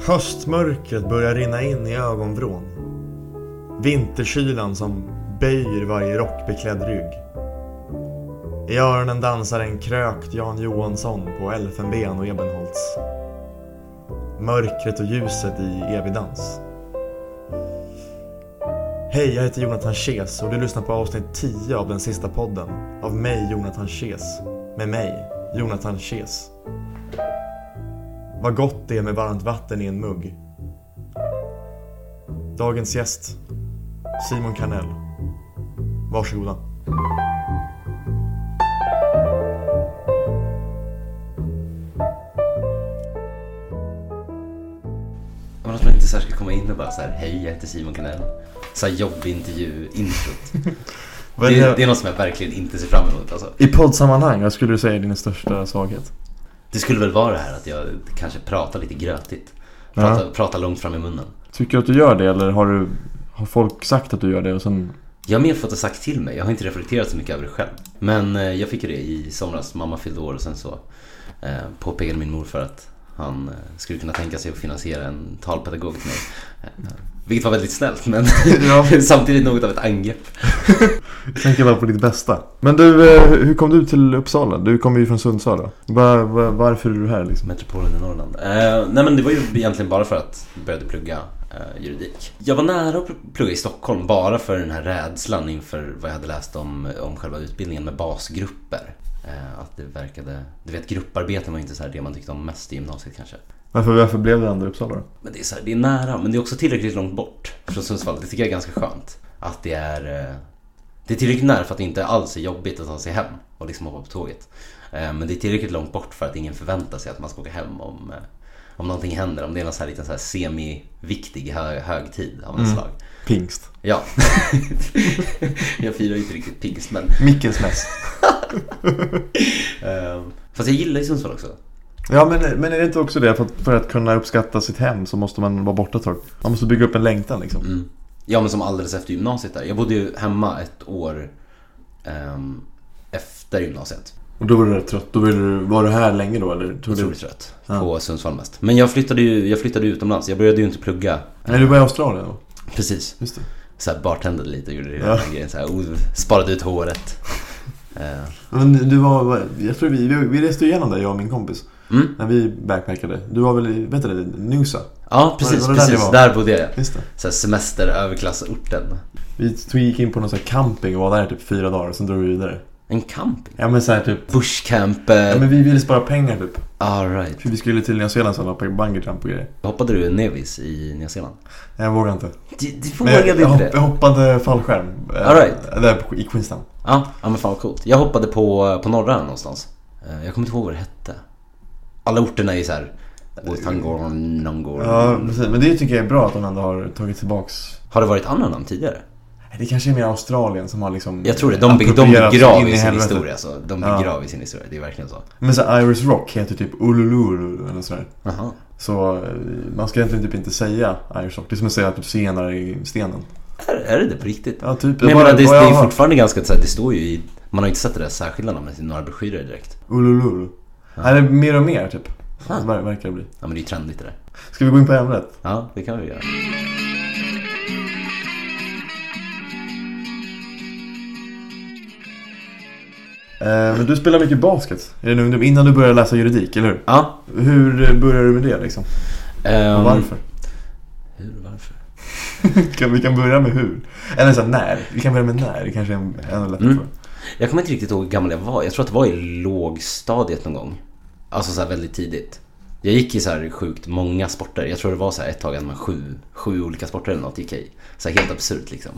Höstmörkret börjar rinna in i ögonvrån. Vinterkylan som böjer varje rockbeklädd rygg. I öronen dansar en krökt Jan Johansson på Elfenben och Ebenholts. Mörkret och ljuset i evig dans. Hej, jag heter Jonathan Kjes och du lyssnar på avsnitt 10 av den sista podden. Av mig, Jonathan Kjes. Med mig, Jonathan Kjes. Vad gott det är med varmt vatten i en mugg. Dagens gäst, Simon Kanell. Varsågoda. Man tror inte så här ska komma in och bara så här: hej, jag heter Simon Kanell. Så här jobbintervju-introt. Det är något som jag verkligen inte ser fram emot alltså. I poddsammanhang, vad skulle du säga är din största svaghet? Det skulle väl vara det här att jag kanske pratar lite grötigt. Pratar långt fram i munnen. Tycker du att du gör det, eller har folk sagt att du gör det och sen... Jag har mer fått det sagt till mig. Jag har inte reflekterat så mycket över det själv. Men jag fick ju det i somras. Mamma fyllde år och sen så påpekade min mor för att han skulle kunna tänka sig att finansiera en talpedagog till mig. Vilket var väldigt snällt, men samtidigt något av ett angrepp. Jag tänker bara på ditt bästa. Men du, hur kom du till Uppsala? Du kommer ju från Sundsvall då. Varför är du här liksom? Metropolen i Norrland. Nej, men det var ju egentligen bara för att jag började plugga juridik. Jag var nära att plugga i Stockholm bara för den här rädslan inför vad jag hade läst om själva utbildningen med basgrupper. Att det verkade, du vet, grupparbeten var inte så här det man tyckte om mest i gymnasiet kanske. Varför blev det ändå i Uppsala då? Men det är så här, det är nära, men det är också tillräckligt långt bort från Sundsvall. Det tycker jag är ganska skönt. Att det är tillräckligt nära för att det inte alls är jobbigt att ta sig hem och liksom hoppa på tåget. Men det är tillräckligt långt bort för att ingen förväntar sig att man ska åka hem om någonting händer. Om det är någon så här liten så här semi-viktig högtid av något slag. Pingst. Ja. Jag firar ju inte riktigt pingst, men... Mickens mest. Fast jag gillar ju Sundsvall också. Ja, men är det inte också det för att kunna uppskatta sitt hem så måste man vara borta ett tag. Man måste bygga upp en längtan liksom. Mm. Ja, men som alldeles efter gymnasiet där. Jag bodde ju hemma ett år efter gymnasiet. Och då var du rätt trött. Var du här länge då? Eller? Otroligt trött på Sundsvall mest. Men jag flyttade utomlands. Jag började ju inte plugga. Nej, du var i Australien då? Precis. Just det. Så här bartendade lite och gjorde det så här, sparade ut håret. Men du var, jag tror vi reste igenom det, jag och min kompis. När vi backpackade. Du var väl i, vet du det, Noosa? Ja, precis, där bodde jag. Just det. Så här semester överklassorten. Vi gick in på någon sån här camping och var där typ 4 dagar och sen drog vi vidare. En camping? Ja, men så här typ bushcamp. Ja, men vi ville spara pengar typ. All right. För vi skulle till Nya Zeeland så var på bungee jump och grejer. Hoppade du nevis i Nya Zeeland? Jag vågade inte. Du vågade inte det? Jag hoppade fallskärm. All right. Där i Queenstown. Ja, men fan vad coolt. Jag hoppade på norra någonstans. Jag kommer inte ihåg vad det hette. Alla orterna är så här Tangor, Nangor. Ja, precis. Men det tycker jag är bra att de ändå har tagit tillbaks. Har det varit andra namn tidigare? Det kanske är mer Australien som har liksom... Jag tror det, de begrav i sin historia så. De begrav i sin historia, det är verkligen så. Men så Irish Rock heter typ Uluru eller sådär. Aha. Så man ska egentligen typ inte säga Irish Rock. Det är som att säga typ senare i stenen. Är det på riktigt? Ja, typ. Men det är fortfarande ganska så här, det står ju i... Man har inte sett det där särskilda namnet i några broschyrer direkt. Uluru. Ja. Är det mer och mer typ? Verkar det bli. Ja, men det är ju trendigt det där. Ska vi gå in på ämnet? Ja, det kan vi göra. Men du spelar mycket basket i din ungdom innan du började läsa juridik, eller hur? Ja. Hur började du med det liksom? Och varför? Vi kan börja med hur. Eller så när. Vi kan börja med när. Det kanske är ännu lättare för. Jag kommer inte riktigt ihåg hur gammal jag var. Jag tror att det var i lågstadiet någon gång. Alltså så här väldigt tidigt. Jag gick i så här sjukt många sporter. Jag tror det var så här ett tag att man 7 olika sporter eller något gick i. Så här helt absurt liksom.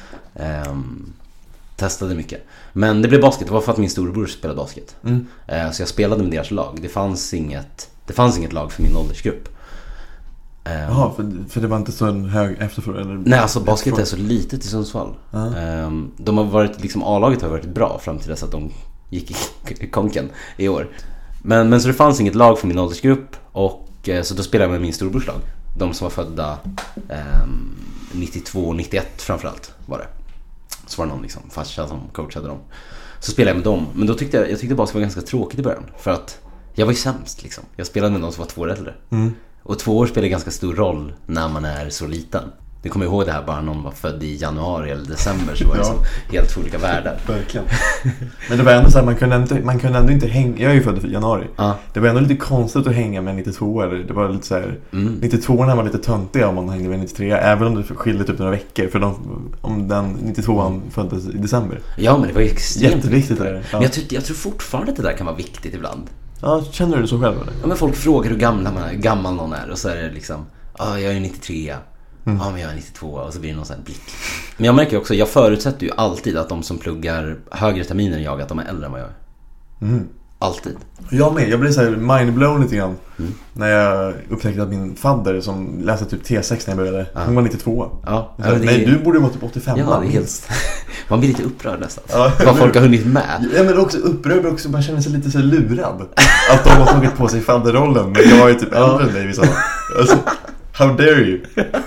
Testade mycket. Men det blev basket. Det var för att min storebror spelade basket. Så jag spelade med deras lag. Det fanns inget lag för min åldersgrupp. Jaha, för det var inte så en hög efterfrågan eller? Nej, alltså basket är så litet i Sundsvall. De har varit, liksom A-laget har varit bra fram till dess att de gick i konken i år. Men så det fanns inget lag för min åldersgrupp. Och så då spelade jag med min storebrors lag. De som var födda 92 och 91 framförallt var det. Så var det någon liksom farsa som coachade dem. Så spelade jag med dem. Men då tyckte jag tyckte basket var ganska tråkigt i början. För att jag var ju sämst liksom. Jag spelade med någon som var 2 år äldre. Och 2 år spelar ganska stor roll när man är så liten. Du kommer ihåg det här, bara någon var född i januari eller december, så var det liksom helt olika världar. Verkligen. Men det var ändå så här, man kunde ändå inte hänga. Jag är ju född i januari. Det var ändå lite konstigt att hänga med 92 eller det var lite så här 92:orna var lite töntiga om man hängde med 93, även om det skilde typ några veckor för om den 92:an föddes i december. Ja, men det var ju extremt jätteviktigt det där. Men jag tror fortfarande att det där kan vara viktigt ibland. Ja, känner du det så själv eller? Ja, men folk frågar hur gammal någon är och så är det liksom, jag är 93. Ja, men jag är 92 och så blir det någon sån här blick. Men jag märker också, jag förutsätter ju alltid att de som pluggar högre terminer än jag, att de är äldre än vad jag är. Alltid. Jag med, jag blev så här mindblown lite grann när jag upptäckte att min fadder som läste typ T6 när jag började, hon var 92. Ja, nej, du borde vara typ 85. Ja, det är helt... Man blir lite upprörd nästan. Vad folk har hunnit med. Ja, men också upprörd, också man känner sig lite så lurad. Att de har tagit på sig fadderrollen, men jag är typ äldre än dig vissa. Alltså, how dare you?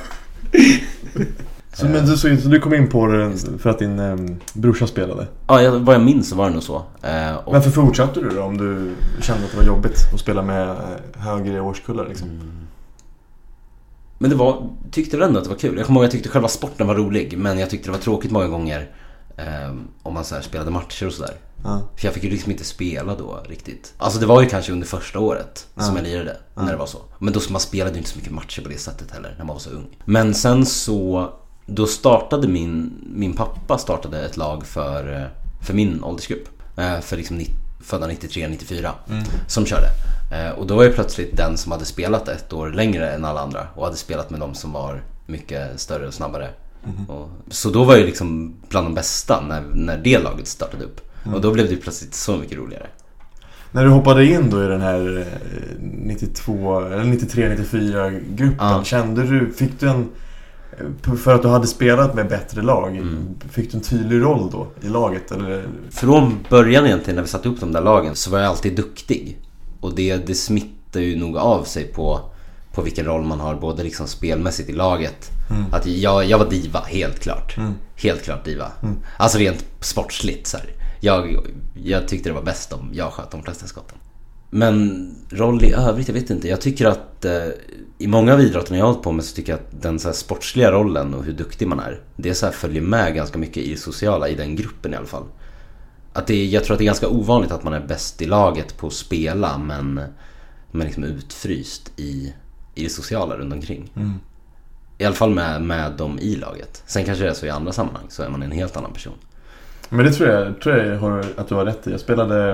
Så du kom in på det för att din brorsa spelade? Ja, vad jag minns så var det nog så. Och... Varför fortsatte du då om du kände att det var jobbigt att spela med högre årskullar liksom? Men tyckte väl ändå att det var kul. Jag kommer ihåg att jag tyckte själva sporten var rolig, men jag tyckte det var tråkigt många gånger om man så här spelade matcher och sådär. För jag fick ju liksom inte spela då riktigt. Alltså det var ju kanske under första året som jag lirade när det var så. Men då man spelade ju inte så mycket matcher på det sättet heller när man var så ung. Men sen så då startade min pappa startade ett lag för min åldersgrupp. För liksom födda 93-94 som körde. Och då var jag plötsligt den som hade spelat ett år längre än alla andra och hade spelat med dem som var mycket större och snabbare. Så då var jag liksom bland de bästa när det laget startade upp. Och då blev det plötsligt så mycket roligare. När du hoppade in då i den här 93-94 gruppen, fick du en, för att du hade spelat med bättre lag, fick du en tydlig roll då i laget? Eller? Från början egentligen när vi satte upp de där lagen så var jag alltid duktig. Och det smittar ju nog av sig på vilken roll man har både liksom spelmässigt i laget. Att jag var diva, helt klart. Helt klart diva. Alltså rent sportsligt så här. Jag tyckte det var bäst om jag sköt de flesta skotten. Men roll i övrigt, jag vet inte. Jag tycker att i många av idrotterna jag har hållit på med så tycker jag att den så här sportsliga rollen och hur duktig man är, det så här följer med ganska mycket i det sociala, i den gruppen i alla fall. Jag tror att det är ganska ovanligt att man är bäst i laget på att spela men liksom utfryst i det sociala runt omkring. I alla fall med dem i laget. Sen kanske det är så i andra sammanhang så är man en helt annan person. Men det tror jag att du har rätt i. Jag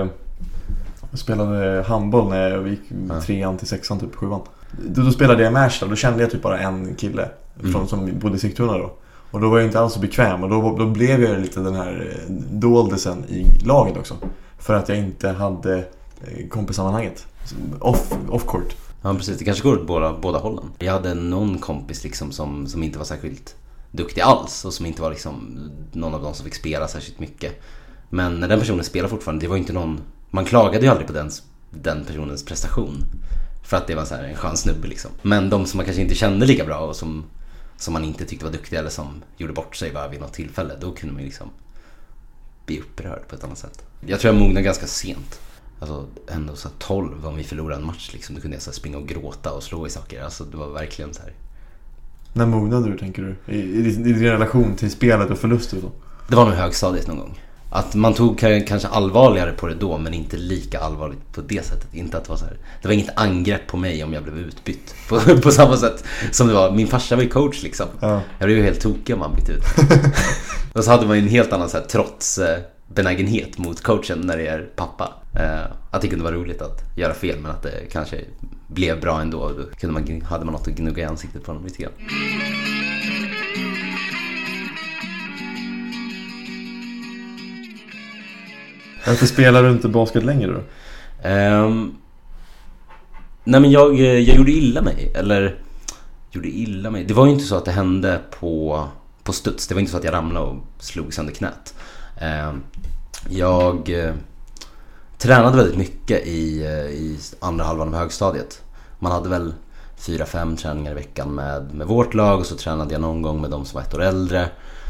spelade handboll när jag gick 3:an till 6:an typ 7:an. Då spelade jag Märsta, då kände jag typ bara en kille som bodde i Sigtuna då. Och då var jag inte alls så bekväm och då blev jag lite den här doldesen i laget också. För att jag inte hade kompissammanhanget. Off-court. Ja, precis. Det kanske går åt båda hållen. Jag hade någon kompis liksom som inte var särskilt duktig alls och som inte var liksom någon av dem som fick spela särskilt mycket. Men när den personen spelade fortfarande, det var inte någon... Man klagade ju aldrig på den personens prestation. För att det var så här en skön snubbe liksom. Men de som man kanske inte kände lika bra och som man inte tyckte var duktiga eller som gjorde bort sig bara vid något tillfälle, då kunde man liksom bli upprörd på ett annat sätt. Jag tror jag mognade ganska sent. Alltså ändå så 12 om vi förlorade en match liksom, då kunde jag så springa och gråta och slå i saker. Alltså det var verkligen så här. När mognade du, tänker du? I din relation till spelet och förluster och så? Det var nog högstadiet någon gång. Att man tog kanske allvarligare på det då, men inte lika allvarligt på det sättet. Inte att det var så här. Det var inget angrepp på mig om jag blev utbytt på samma sätt som det var. Min farsa var ju coach liksom. Ja. Jag blev ju helt tokig om han bytte ut. Och så hade man ju en helt annan så här, trots benägenhet mot coachen när det är pappa. Att det kunde vara roligt att göra fel, men att det kanske blev bra ändå. Då hade man något att gnugga i ansiktet på honom lite grann. Varför spelar du inte basket längre då? Nej, men jag gjorde illa mig. Det var ju inte så att det hände på studs. Det var inte så att jag ramlade och slog sönder knät. Jag tränade väldigt mycket i andra halvan av högstadiet. Man hade väl 4-5 träningar i veckan med vårt lag. Och så tränade jag någon gång med de som var ett år äldre.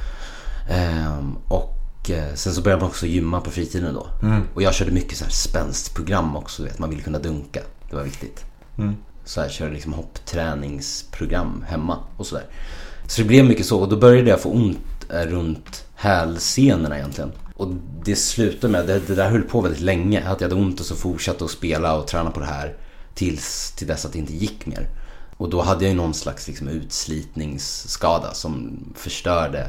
Och sen så började man också gymma på fritiden då. Och jag körde mycket så här spänstprogram också, vet, man ville kunna dunka. Det var viktigt. så här, köra liksom hoppträningsprogram hemma och sådär. Så det blev mycket så, och då började jag få ont runt hälsenorna egentligen. Och det slutade med, det där höll på väldigt länge, att jag hade ont och så fortsatte att spela och träna på det här till dess att det inte gick mer. Och då hade jag ju någon slags liksom utslitningsskada som förstörde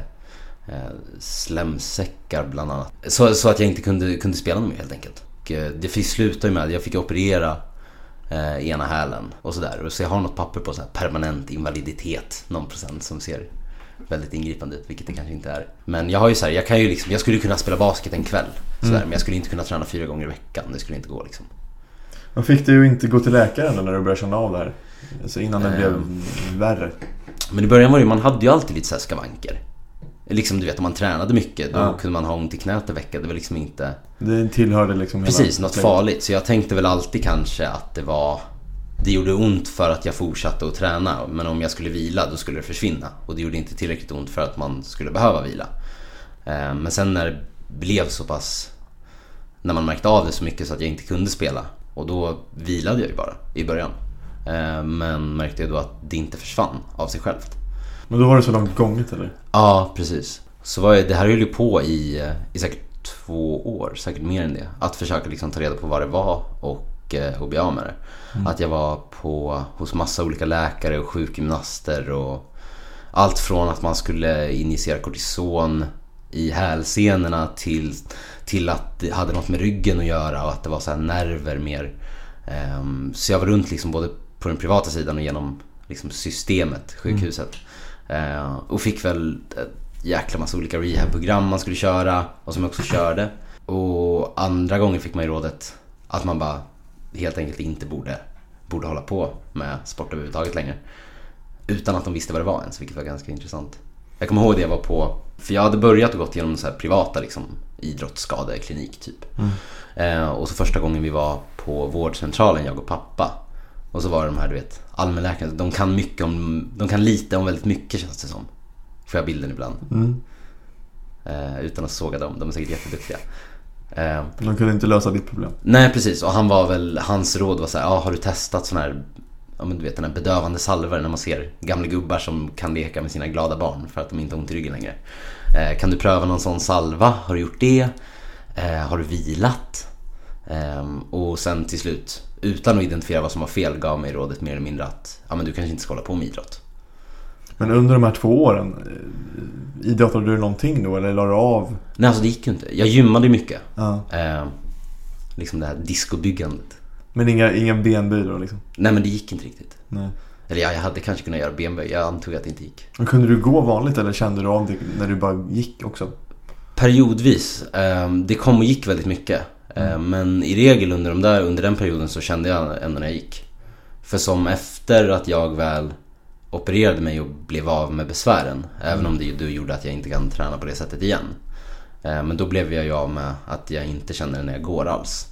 slemsäckar bland annat. Så att jag inte kunde spela med helt enkelt. Och det fick sluta med att jag fick operera ena hälen och sådär. Så jag har något papper på så här permanent invaliditet, någon procent, som ser väldigt ingripande ut, vilket det kanske inte är. Men jag har ju så här, jag skulle kunna spela basket en kväll sådär, men jag skulle inte kunna träna 4 gånger i veckan. Det skulle inte gå liksom. Vad fick du inte gå till läkaren när du började känna av det här? Alltså innan det blev värre. Men i början var det, man hade ju alltid lite så här skavanker. Liksom du vet, om man tränade mycket då kunde man ha ont i knät en vecka. Det var liksom inte... Det tillhörde liksom... Precis, något farligt. Så jag tänkte väl alltid kanske att det gjorde ont för att jag fortsatte att träna. Men om jag skulle vila då skulle det försvinna. Och det gjorde inte tillräckligt ont för att man skulle behöva vila. Men sen när det blev så pass... När man märkte av det så mycket så att jag inte kunde spela. Och då vilade jag ju bara i början. Men märkte jag då att det inte försvann av sig självt. Men då var det så långt gånget eller? Ja, precis. Så det här höll ju på i säkert 2 år, säkert mer än det. Att försöka liksom ta reda på vad det var och bli av med det. Att jag var hos massa olika läkare och sjukgymnaster och allt från att man skulle injicera kortison i hälsenorna till att det hade något med ryggen att göra och att det var så här nerver mer. Så jag var runt liksom både på den privata sidan och genom liksom systemet, sjukhuset. Och fick väl ett jäkla massa olika rehabprogram man skulle köra och som jag också körde. Och andra gånger fick man ju rådet att man bara helt enkelt inte borde hålla på med sport överhuvudtaget längre. Utan att de visste vad det var ens, vilket var ganska intressant. Jag kommer ihåg det jag var på, för jag hade börjat och gått igenom så här privata liksom, idrottsskadeklinik typ. Och så första gången vi var på vårdcentralen, jag och pappa. Och så var de här, du vet, allmänläkarna. De kan lite om väldigt mycket, känns det som. Får jag bilden ibland. Utan att såga dem. De är säkert jätteduktiga. De kunde inte lösa ditt problem. Nej, precis. Och hans råd var så här: har du testat sån här, ja men du vet, den här bedövande salver när man ser gamla gubbar som kan leka med sina glada barn för att de inte har ont i ryggen längre. Kan du pröva någon sån salva? Har du gjort det? Har du vilat? Och sen till slut, utan att identifiera vad som var fel, gav mig rådet mer eller mindre att ja, men du kanske inte ska hålla på med idrott. Men under de här 2 åren, idrottade du någonting då eller la du av? Nej, alltså det gick ju inte. Jag gymmade mycket. Liksom det här discobyggandet. Men inga benböj då liksom? Nej, men det gick inte riktigt. Nej. Eller jag hade kanske kunnat göra benböj. Jag antog att det inte gick. Men kunde du gå vanligt eller kände du av det när du bara gick också? Periodvis. Det kom och gick väldigt mycket. Men i regel under den perioden så kände jag ändå när jag gick. För som efter att jag väl opererade mig och blev av med besvären, även om det gjorde att jag inte kan träna på det sättet igen. Men då blev jag ju av med att jag inte känner det när jag går alls.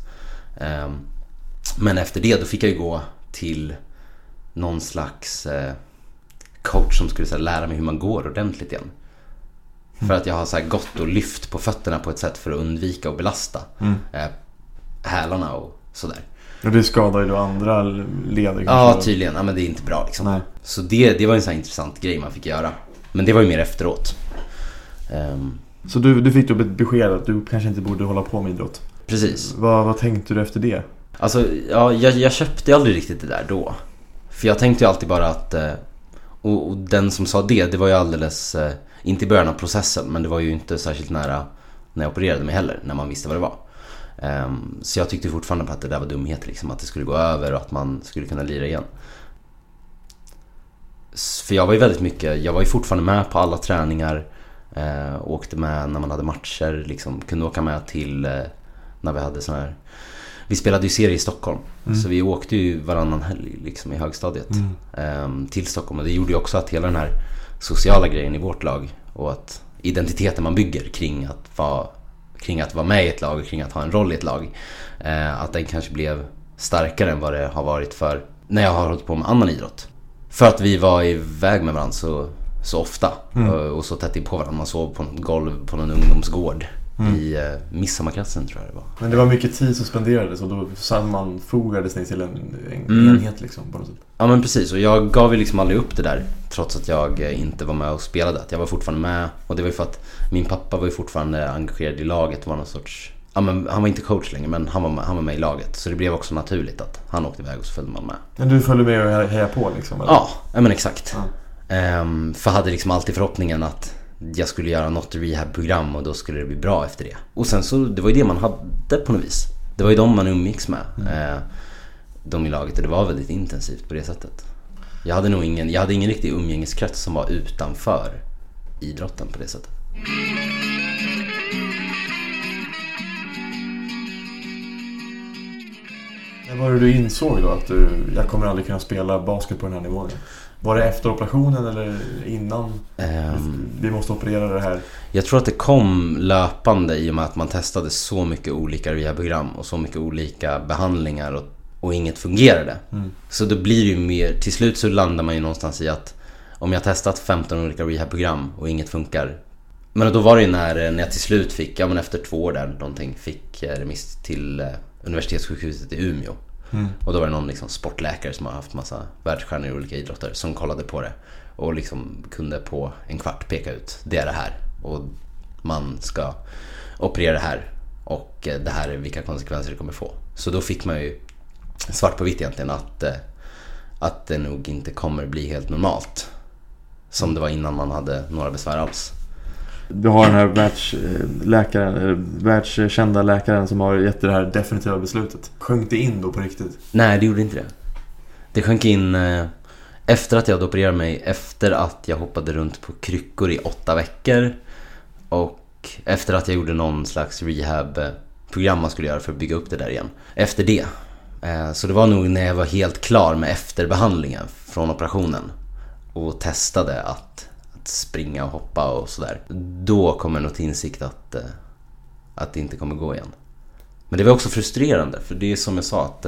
Men efter det då fick jag ju gå till någon slags coach som skulle så här, lära mig hur man går ordentligt igen. För att jag har så här, gått och lyft på fötterna på ett sätt för att undvika att belasta hälarna och sådär. Och det skadar ju då andra leder kanske? Ja, tydligen. Ja, men det är inte bra liksom. Nej. Så det var en sån här intressant grej man fick göra. Men det var ju mer efteråt. Så du fick då ett besked att du kanske inte borde hålla på med idrott? Precis. Vad tänkte du efter det? Alltså, ja, jag köpte aldrig riktigt det där då. För jag tänkte ju alltid bara att... Och den som sa det var ju alldeles... Inte i början av processen, men det var ju inte särskilt nära när jag opererade mig heller, när man visste vad det var. Så jag tyckte fortfarande på att det där var dumhet liksom, att det skulle gå över och att man skulle kunna lira igen. För jag var ju fortfarande med på alla träningar, åkte med när man hade matcher liksom, kunde åka med till när vi hade sån här, vi spelade ju serie i Stockholm, så vi åkte ju varannan helg liksom, i högstadiet till Stockholm, och det gjorde ju också att hela den här sociala grejen i vårt lag och att identiteten man bygger kring att vara med i ett lag och kring att ha en roll i ett lag, att den kanske blev starkare än vad det har varit för när jag har hållit på med annan idrott. För att vi var iväg med varandra så ofta och så tätt in på varandra. Man sov på något golv på någon ungdomsgård i midsommarklassen tror jag det var. Men det var mycket tid som spenderades och då sammanfogades ni till en enhet liksom på något sätt. Ja men precis, och jag gav ju liksom aldrig upp det där trots att jag inte var med och spelade. Jag var fortfarande med, och det var ju för att min pappa var ju fortfarande engagerad i laget, var någon sorts... Ja, men han var inte coach längre, men han var med i laget. Så det blev också naturligt att han åkte iväg och så följde man med. Men du följde med och hejade på liksom? Eller? Ja, men exakt. För jag hade liksom alltid förhoppningen att jag skulle göra något rehab-program och då skulle det bli bra efter det. Och sen så, det var ju det man hade på något vis. Det var ju de man umgicks med, de i laget, och det var väldigt intensivt på det sättet. Jag hade ingen riktig umgängeskrets som var utanför idrotten på det sättet. När var det du insåg då att jag kommer aldrig kunna spela basket på den här nivån? Var det efter operationen eller innan? Vi måste operera det här. Jag tror att det kom löpande i och med att man testade så mycket olika rehabprogram och så mycket olika behandlingar och inget fungerade. Så då blir det ju mer, till slut så landar man ju någonstans i att om jag testat 15 olika rehabprogram och inget funkar. Men då var det ju när jag till slut fick, ja men efter 2 år där någonting, fick remiss till universitetssjukhuset i Umeå. Och då var det någon liksom sportläkare som har haft massa världsstjärnor i olika idrotter som kollade på det och liksom kunde på en kvart peka ut, det är det här och man ska operera det här och det här är vilka konsekvenser det kommer få. Så då fick man ju svart på vitt egentligen att det nog inte kommer bli helt normalt som det var innan man hade några besvär alls. Du har den här världskända läkaren som har gett det här definitiva beslutet. Sjönk det in då på riktigt? Nej, det gjorde inte det. Det sjönk in efter att jag hade opererat mig, efter att jag hoppade runt på kryckor i 8 veckor och efter att jag gjorde någon slags rehab-program man skulle göra för att bygga upp det där igen. Efter det. Så det var nog när jag var helt klar med efterbehandlingen från operationen och testade att springa och hoppa och sådär. Då kommer nog till insikt att det inte kommer gå igen. Men det var också frustrerande, för det är som jag sa att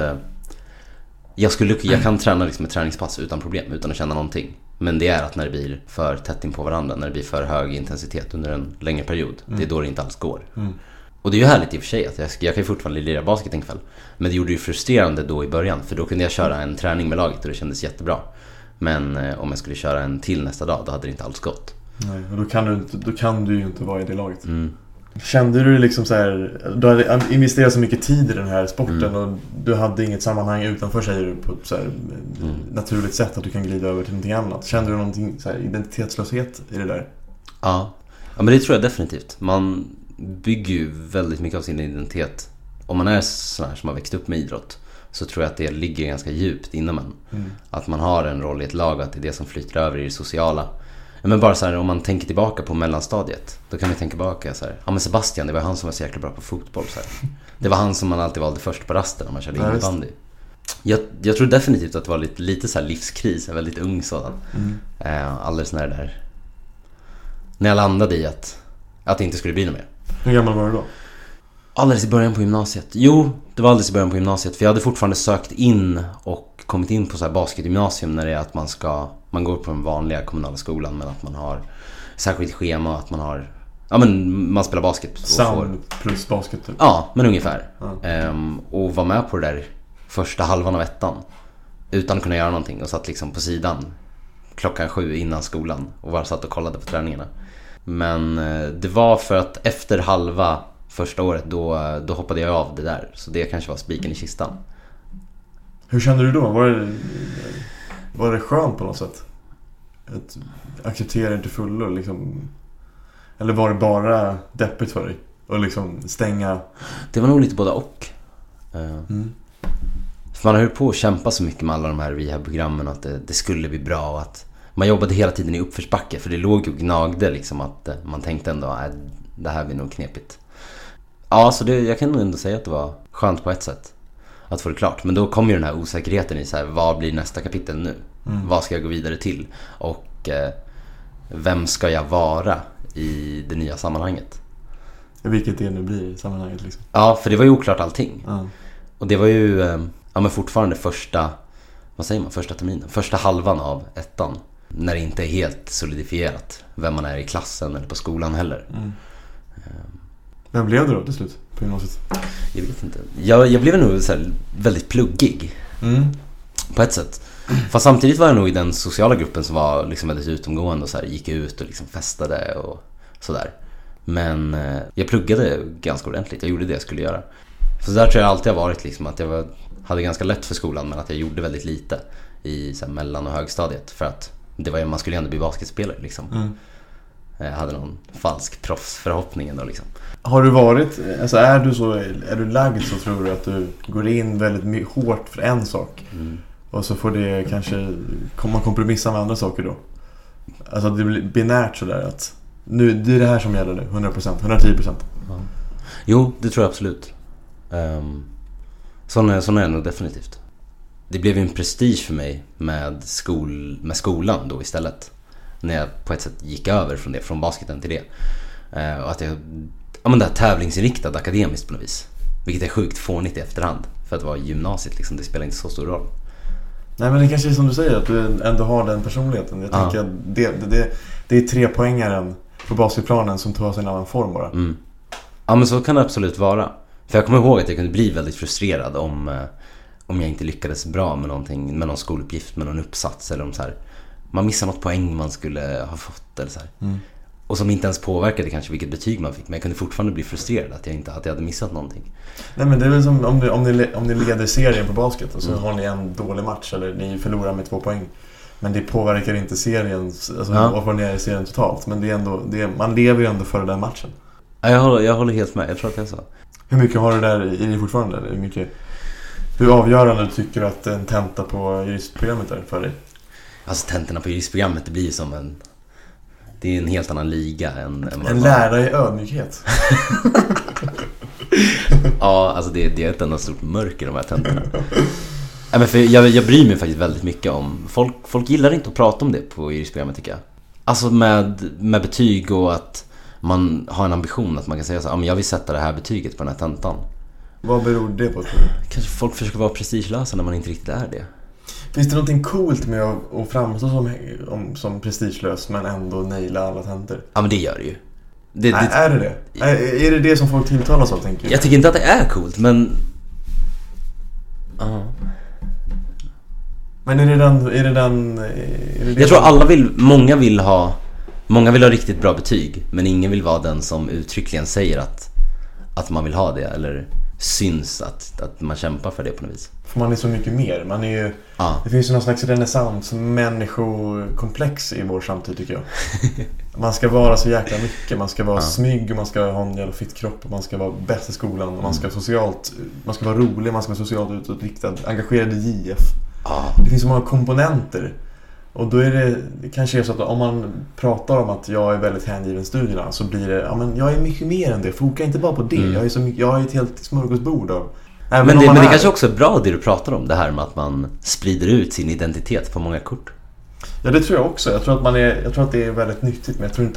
jag kan träna liksom ett träningspass utan problem, utan att känna någonting. Men det är att när det blir för tätt in på varandra, när det blir för hög intensitet under en längre period, det är då det inte alls går. Och det är ju härligt i och för sig att jag kan ju fortfarande lira basket en kväll. Men det gjorde ju frustrerande då i början, för då kunde jag köra en träning med laget och det kändes jättebra. Men om jag skulle köra en till nästa dag, då hade det inte alls gått. Nej, och då kan du ju inte vara i det laget. Kände du liksom så här, du hade investerat så mycket tid i den här sporten och du hade inget sammanhang utanför, säger du, på ett så här naturligt sätt att du kan glida över till någonting annat. Kände du någonting så här identitetslöshet i det där? Ja, men det tror jag definitivt. Man bygger ju väldigt mycket av sin identitet. Om man är sån här som har växt upp med idrott, så tror jag att det ligger ganska djupt inom en. Att man har en roll i ett lag, att det är det som flyter över i det sociala. Men bara så här, om man tänker tillbaka på mellanstadiet, då kan man tänka tillbaka så här, ja men Sebastian, det var han som var så jäkla bra på fotboll så här. Det var han som man alltid valde först på rasten när man körde innebandy. Jag tror definitivt att det var lite så här livskris, en väldigt ung sådan. Alldeles när det där, när jag landade i att det inte skulle bli något mer. Hur gammal var du då? Alldeles i början på gymnasiet. Jo, det var alldeles i början på gymnasiet. För jag hade fortfarande sökt in och kommit in på så här basketgymnasium, när det är att man går på den vanliga kommunala skolan, men att man har särskilt schema, att man har, ja men man spelar basket plus basket typ. Ja, men ungefär. Och var med på det där första halvan av ettan utan att kunna göra någonting, och satt liksom på sidan 7:00 innan skolan och bara satt och kollade på träningarna. Men det var för att efter halva första året då hoppade jag av det där. Så det kanske var spiken i kistan. Hur kände du då? Var det skönt på något sätt? Att acceptera inte fullo liksom? Eller var det bara deppigt för dig? Och liksom stänga? Det var nog lite både och. För man har ju på att kämpa så mycket med alla de här rehab-programmen, att det skulle bli bra, och att man jobbade hela tiden i uppförsbacke. För det låg och gnagde liksom, att man tänkte ändå det här blir nog knepigt. Ja, så jag kan nog ändå säga att det var skönt på ett sätt att få det klart. Men då kom ju den här osäkerheten i så här, vad blir nästa kapitel nu? Vad ska jag gå vidare till? Och vem ska jag vara i det nya sammanhanget? Vilket det nu blir i sammanhanget liksom. Ja, för det var ju oklart allting. Och det var ju men fortfarande första terminen, första halvan av ettan, när det inte är helt solidifierat vem man är i klassen eller på skolan heller. Vem blev du då till slut på gymnasiet? Jag vet inte. Jag blev nog så här väldigt pluggig. På ett sätt. Fast samtidigt var jag nog i den sociala gruppen som var liksom väldigt utomgående och så här, gick ut och liksom festade och sådär. Men jag pluggade ganska ordentligt. Jag gjorde det jag skulle göra. Så där tror jag alltid har varit liksom, att jag hade ganska lätt för skolan, men att jag gjorde väldigt lite i så här, mellan- och högstadiet. För att det var, man skulle ändå bli basketspelare liksom. Jag hade någon falsk proffsförhoppning ändå liksom. Har du varit, alltså är du lagd så tror du att du går in väldigt hårt för en sak och så får det kanske komma kompromissa med andra saker då? Alltså det blir binärt sådär att nu, det är det här som gäller nu, 100%, 110%. Ja. Jo, det tror jag absolut. Sån är det nog definitivt. Det blev ju en prestige för mig med skolan då istället. När jag på ett sätt gick över från basketen till det. Och att jag, det här tävlingsinriktad akademiskt på något vis. Vilket är sjukt fånigt i efterhand. För att vara gymnasiet liksom, det spelar inte så stor roll. Nej, men det kanske är som du säger, att du ändå har den personligheten. Jag tänker att det är 3-poängaren på basketplanen som tar sig en annan form bara. Ja, men så kan det absolut vara. För jag kommer ihåg att jag kunde bli väldigt frustrerad om jag inte lyckades bra med någonting, med någon skoluppgift, med någon uppsats eller om så här, man missar något poäng man skulle ha fått eller så här. Och som inte ens påverkade kanske vilket betyg man fick, men jag kunde fortfarande bli frustrerad att jag hade missat någonting. Nej, men det är väl som om ni leder serien på basket och så har ni en dålig match eller ni förlorar med 2 poäng. Men det påverkar inte serien, alltså vad ni är i serien totalt. Men det är ändå, man lever ju ändå för den matchen. Ja, jag håller helt med, jag tror att det är så. Hur mycket har du där i dig fortfarande? Hur avgörande du tycker att en tenta på juristprogrammet är för dig? Alltså tentorna på juristprogrammet, det blir som det är en helt annan liga än en lärare i ödmjukhet. Ja, alltså det är ett enda stort mörker de här tentorna. Ja, men för jag bryr mig faktiskt väldigt mycket om folk gillar inte att prata om det på juristprogrammet tycker jag. Alltså med betyg och att man har en ambition att man kan säga så här, jag vill sätta det här betyget på den här tentan. Vad beror det på? Kanske folk försöker vara prestigelösa när man inte riktigt är det. Finns det någonting coolt med att framstå som prestigelös men ändå naila alla tentor? Ja, men det gör det ju. Är det? Är det som folk tilltalas av, tänker du? Jag tycker inte att det är coolt, men... Men är det den... Jag tror många vill ha riktigt bra betyg, men ingen vill vara den som uttryckligen säger att man vill ha det, eller syns att man kämpar för det på något vis. För man är så mycket mer. Man är ju, det finns ju någon slags renässans människokomplex i vår samtid, tycker jag. Man ska vara så jäkla mycket. Man ska vara snygg och man ska ha en jävla fitt kropp och man ska vara bäst i skolan och man ska vara rolig, man ska vara socialt utåtriktad, engagerad i JF. Det finns så många komponenter. Och då är det kanske så att om man pratar om att jag är väldigt hängiven studierna, så blir det, men jag är mycket mer än det. Foka inte bara på det. Jag är ett helt smörgåsbord av... Men det kanske också är bra det du pratar om, det här med att man sprider ut sin identitet på många kort. Ja, det tror jag också. Jag tror att det är väldigt nyttigt, men jag tror inte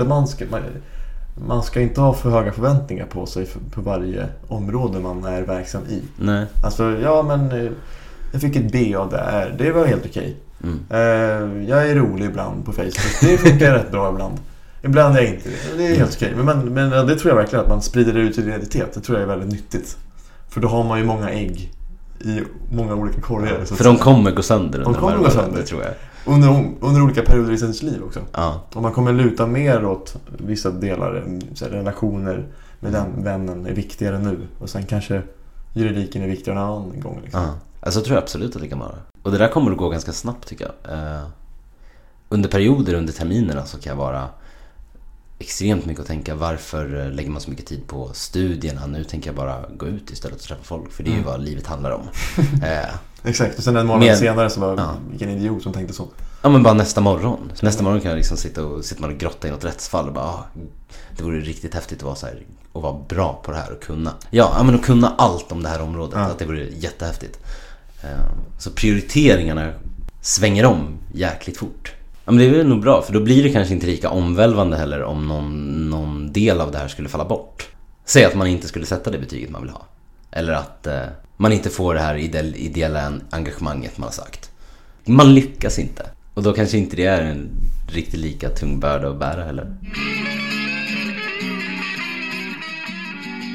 man ska inte ha för höga förväntningar på sig på varje område man är verksam i. Nej. Alltså, jag fick ett B av det var helt okej. Jag är rolig ibland på Facebook. Det funkar rätt bra ibland. Ibland är jag inte det. Det är helt okej. Men det tror jag verkligen, att man sprider ut sin identitet. Det tror jag är väldigt nyttigt. För då har man ju många ägg i många olika korgar. För de kommer gå sönder. Det tror jag. Under olika perioder i sitt liv också. Ja. Och man kommer luta mer åt vissa delar. Så här, relationer med den vännen är viktigare nu. Och sen kanske juridiken är viktigare en annan gång. Liksom. Ja. Alltså tror jag absolut att det kan vara. Och det där kommer att gå ganska snabbt, tycker jag. Under perioder, under terminerna, så kan jag vara extremt mycket att tänka, varför lägger man så mycket tid på studierna? Nu tänker jag bara gå ut istället och träffa folk, för det är ju vad livet handlar om. Exakt, och sen en månad senare så var vilken idiot som tänkte så. Ja, men bara nästa morgon kan jag liksom sitta och grotta i något rättsfall och bara, det vore riktigt häftigt att vara så här, och vara bra på det här och kunna. Men att kunna allt om det här området, att det vore jättehäftigt. Så prioriteringarna svänger om jäkligt fort. Ja, men det är väl nog bra, för då blir det kanske inte lika omvälvande heller om någon del av det här skulle falla bort. Säg att man inte skulle sätta det betyget man vill ha. Eller att man inte får det här ideella engagemanget man har sagt. Man lyckas inte. Och då kanske inte det är en riktigt lika tung börda att bära heller.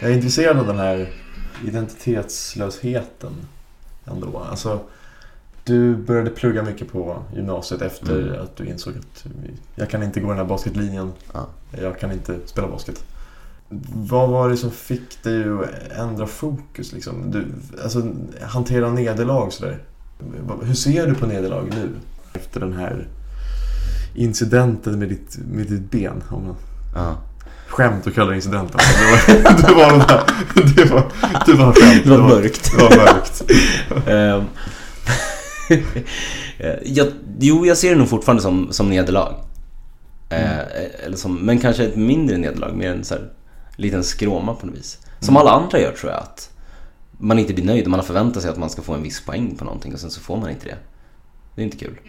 Jag är intresserad av den här identitetslösheten ändå. Alltså, du började plugga mycket på gymnasiet efter att du insåg att jag kan inte gå den här basketlinjen. Ja. Jag kan inte spela basket. Vad var det som fick dig att ändra fokus liksom? Du, alltså, hantera nederlag sådär. Hur ser du på nederlag nu? Efter den här incidenten med ditt ben. Ja. Skämt att kalla det incidenten. Det var skämt. Det var mörkt. Det var mörkt. Jag ser det nog fortfarande som nederlag. Eller men kanske ett mindre nederlag, mer en så här liten skråma på något vis. Som alla andra gör, tror jag, att man inte blir nöjd. Man har förväntat sig att man ska få en viss poäng på någonting och sen så får man inte det. Det är inte kul.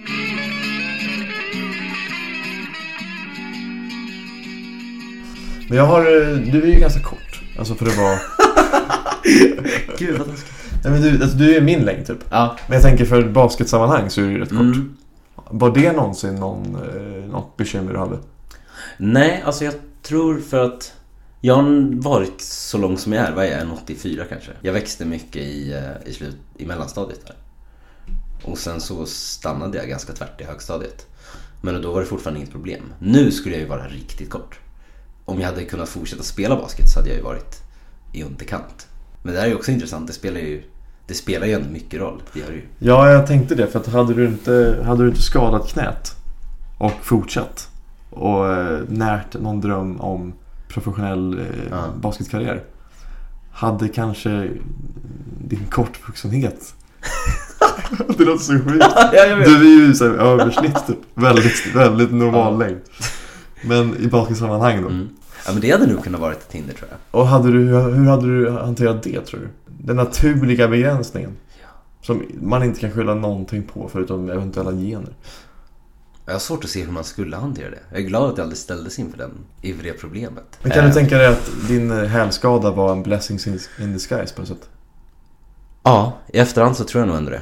Men du är ju ganska kort. Alltså för det var... Gud vad taskigt. Nej, men du är min längd typ. Ja. Men jag tänker för basketsammanhang så är det rätt kort. Var det någonsin något bekymmer du hade? Nej, alltså jag tror för att jag har varit så lång som jag är. Vad är jag? 1,84 kanske. Jag växte mycket i mellanstadiet där. Och sen så stannade jag ganska tvärt i högstadiet. Men då var det fortfarande inget problem. Nu skulle jag ju vara riktigt kort. Om jag hade kunnat fortsätta spela basket så hade jag ju varit i underkant. Men det här är ju också intressant. Det spelar ju ändå mycket roll. Det gör det ju. Ja, jag tänkte det. För att hade du inte skadat knät och fortsatt och närt någon dröm om professionell basketkarriär, hade kanske din kortvuxenhet det låter så sjukt. Du är ju så här översnitt typ. Väldigt, väldigt normal längd. Men i basketsammanhang då. Ja, men det hade nog kunnat vara ett hinder, tror jag. Och hur hade du hanterat det, tror du? Den naturliga begränsningen. Ja. Som man inte kan skylla någonting på förutom eventuella gener. Jag har svårt att se hur man skulle hantera det. Jag är glad att jag aldrig ställdes inför det problemet. Men kan du tänka dig att din hälskada var en blessing in disguise på något sätt? Ja, i efterhand så tror jag nog ändå det.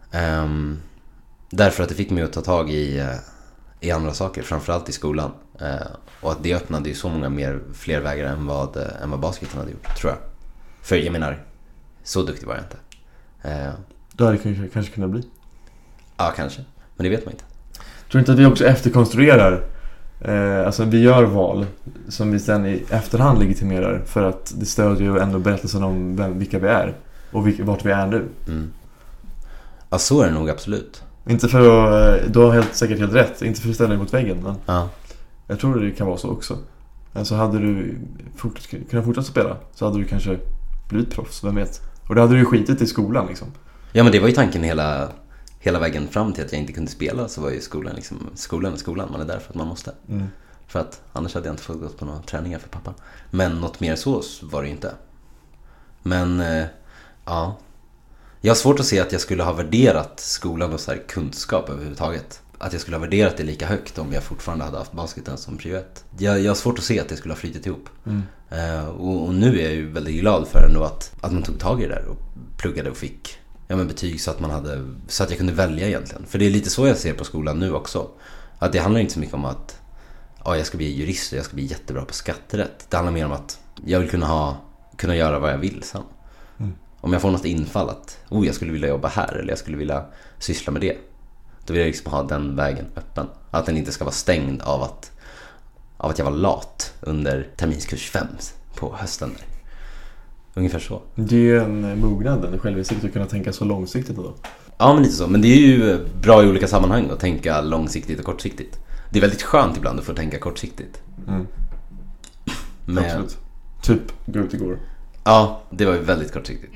Därför att det fick mig att ta tag i andra saker, framförallt i skolan. Och att det öppnade ju så många fler vägar än vad basketen hade gjort, tror jag. För jag menar, så duktig var jag inte. Då hade det kanske kunnat bli. Ja, kanske. Men det vet man inte. Tror inte att vi också efterkonstruerar, alltså vi gör val som vi sen i efterhand legitimerar för att det stödjer ju ändå berättelsen om vilka vi är och vart vi är nu. Ja, så är det nog absolut. Inte för att, du har säkert helt rätt, inte för att ställa dig mot väggen, men jag tror det kan vara så också. Alltså hade du kunnat fortsätta spela så hade du kanske blivit proffs, vem vet. Och det hade du ju skitit i skolan liksom. Ja, men det var ju tanken hela vägen fram till att jag inte kunde spela. Så var ju skolan liksom, skolan, man är där för att man måste. För att annars hade jag inte fått gått på några träningar för pappa. Men något mer så var det ju inte. Men ja, jag har svårt att se att jag skulle ha värderat skolan och så här kunskap överhuvudtaget. Att jag skulle ha värderat det lika högt om jag fortfarande hade haft basketen som privat. Jag har svårt att se att det skulle ha flyttat ihop. Och nu är jag ju väldigt glad för ändå att man tog tag i det där och pluggade och fick betyg så att jag kunde välja egentligen. För det är lite så jag ser på skolan nu också. Att det handlar inte så mycket om att jag ska bli jurist och jag ska bli jättebra på skatterätt. Det handlar mer om att jag vill kunna göra vad jag vill sen. Om jag får något infall att jag skulle vilja jobba här eller jag skulle vilja syssla med det, då vill jag liksom ha den vägen öppen. Att den inte ska vara stängd av att jag var lat under terminskurs 5 på hösten där. Ungefär så. Det är ju en mognad, en självinsikt att kunna tänka så långsiktigt då. Ja, men lite så. Men det är ju bra i olika sammanhang att tänka långsiktigt och kortsiktigt. Det är väldigt skönt ibland att få tänka kortsiktigt. Absolut. Typ gå ut igår. Ja, det var ju väldigt kortsiktigt.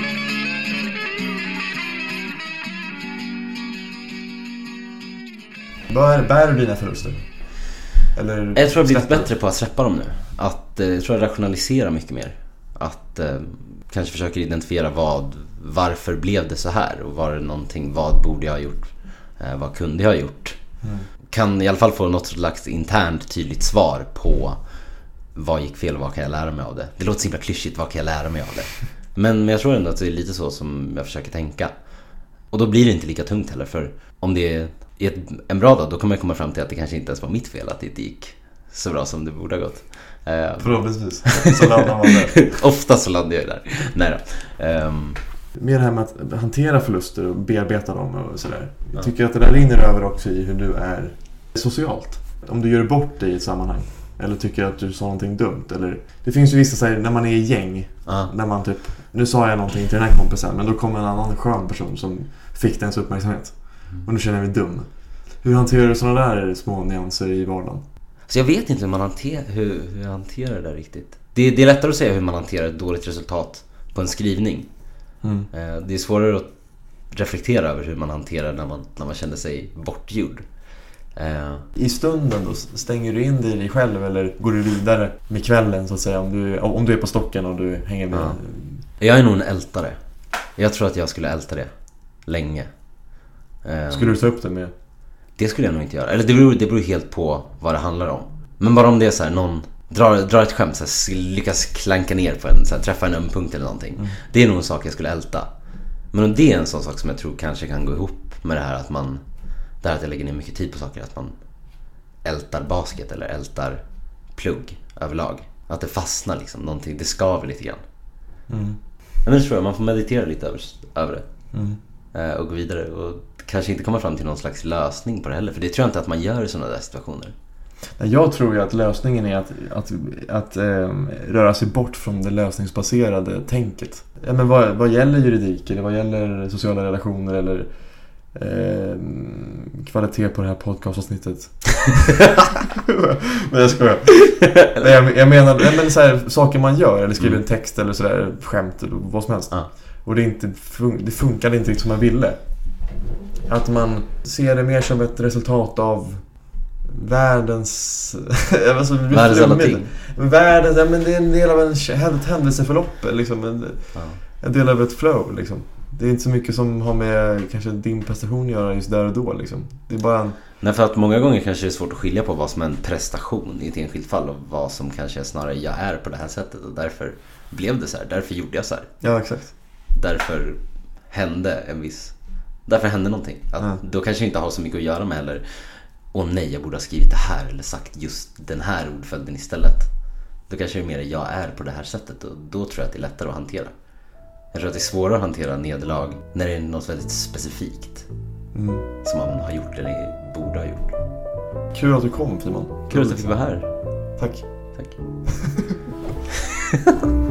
Bär du dina förluster? Eller jag tror jag har blivit bättre på att släppa dem nu. Jag tror jag rationaliserar mycket mer. Att kanske försöker identifiera varför blev det så här? Och var det någonting, vad borde jag ha gjort? Vad kunde jag ha gjort? Kan i alla fall få något slags internt tydligt svar på vad gick fel och vad kan jag lära mig av det. Det låter så himla klyschigt, vad kan jag lära mig av det? Men jag tror ändå att det är lite så som jag försöker tänka. Och då blir det inte lika tungt heller. För om det är en bra dag, då kommer jag komma fram till att det kanske inte ens var mitt fel att det inte gick så bra som det borde ha gått. Förhoppningsvis. Så landar man där. Ofta så landar jag där. Nej då. Mer det här med att hantera förluster och bearbeta dem och sådär. Jag tycker att det där rinner över också i hur du är socialt. Om du gör bort dig i ett sammanhang. Eller tycker att du sa någonting dumt. Eller, det finns ju vissa säger när man är i gäng. När man typ, nu sa jag någonting till den här kompisen. Men då kommer en annan skön person som fick ens uppmärksamhet. Och nu känner jag mig dum. Hur hanterar du sådana där små nyanser i vardagen? Så jag vet inte hur jag hanterar det där riktigt. Det är lättare att säga hur man hanterar ett dåligt resultat på en skrivning. Det är svårare att reflektera över hur man hanterar när man känner sig bortgjord. I stunden då, stänger du in dig i dig själv eller går du vidare med kvällen så att säga, om du är på stocken och du hänger med? Jag är nog en ältare. Jag tror att jag skulle älta det länge. Skulle du ta upp det med? Det skulle jag nog inte göra. Eller det beror helt på vad det handlar om. Men bara om det är så här, någon drar ett skämt, så här, lyckas klanka ner på en, så här, träffa en ömpunkt eller någonting. Det är nog en sak jag skulle älta. Men om det är en sån sak som jag tror kanske kan gå ihop med det här att jag lägger ner mycket tid på saker, att man ältar basket eller ältar plugg överlag. Att det fastnar liksom, någonting, det skaver lite grann. Men det tror jag, man får meditera lite över det. Och gå vidare och kanske inte komma fram till någon slags lösning på det heller. För det tror jag inte att man gör i sådana där situationer. Jag tror ju att lösningen är att röra sig bort från det lösningsbaserade tänket. Ja, men vad gäller juridik eller vad gäller sociala relationer eller kvalitet på det här podcastavsnittet. Men jag skojar. Jag menar men så här, saker man gör eller skriver en text eller sådär, skämt eller vad som helst. Och det funkade inte riktigt som man ville. Att man ser det mer som ett resultat av världens alla ting. Världens, men det är en del av ett händelseförlopp liksom, en del av ett flow liksom. Det är inte så mycket som har med kanske din prestation att göra just där och då liksom. Det är bara Nej, för att många gånger kanske det är svårt att skilja på vad som är en prestation i ett enskilt fall och vad som kanske är snarare jag är på det här sättet och därför blev det så här, därför gjorde jag så här. Ja, exakt. Därför hände någonting. Då kanske inte har så mycket att göra med heller. Och nej, jag borde ha skrivit det här eller sagt just den här ordföljden istället. Då kanske det är mer jag är på det här sättet och då tror jag att det är lättare att hantera. Jag tror att det är svårare att hantera nederlag när det är något väldigt specifikt som man har gjort eller borde ha gjort. Kul att du kom, Simon. Kul att du fick vara här. Tack. Tack.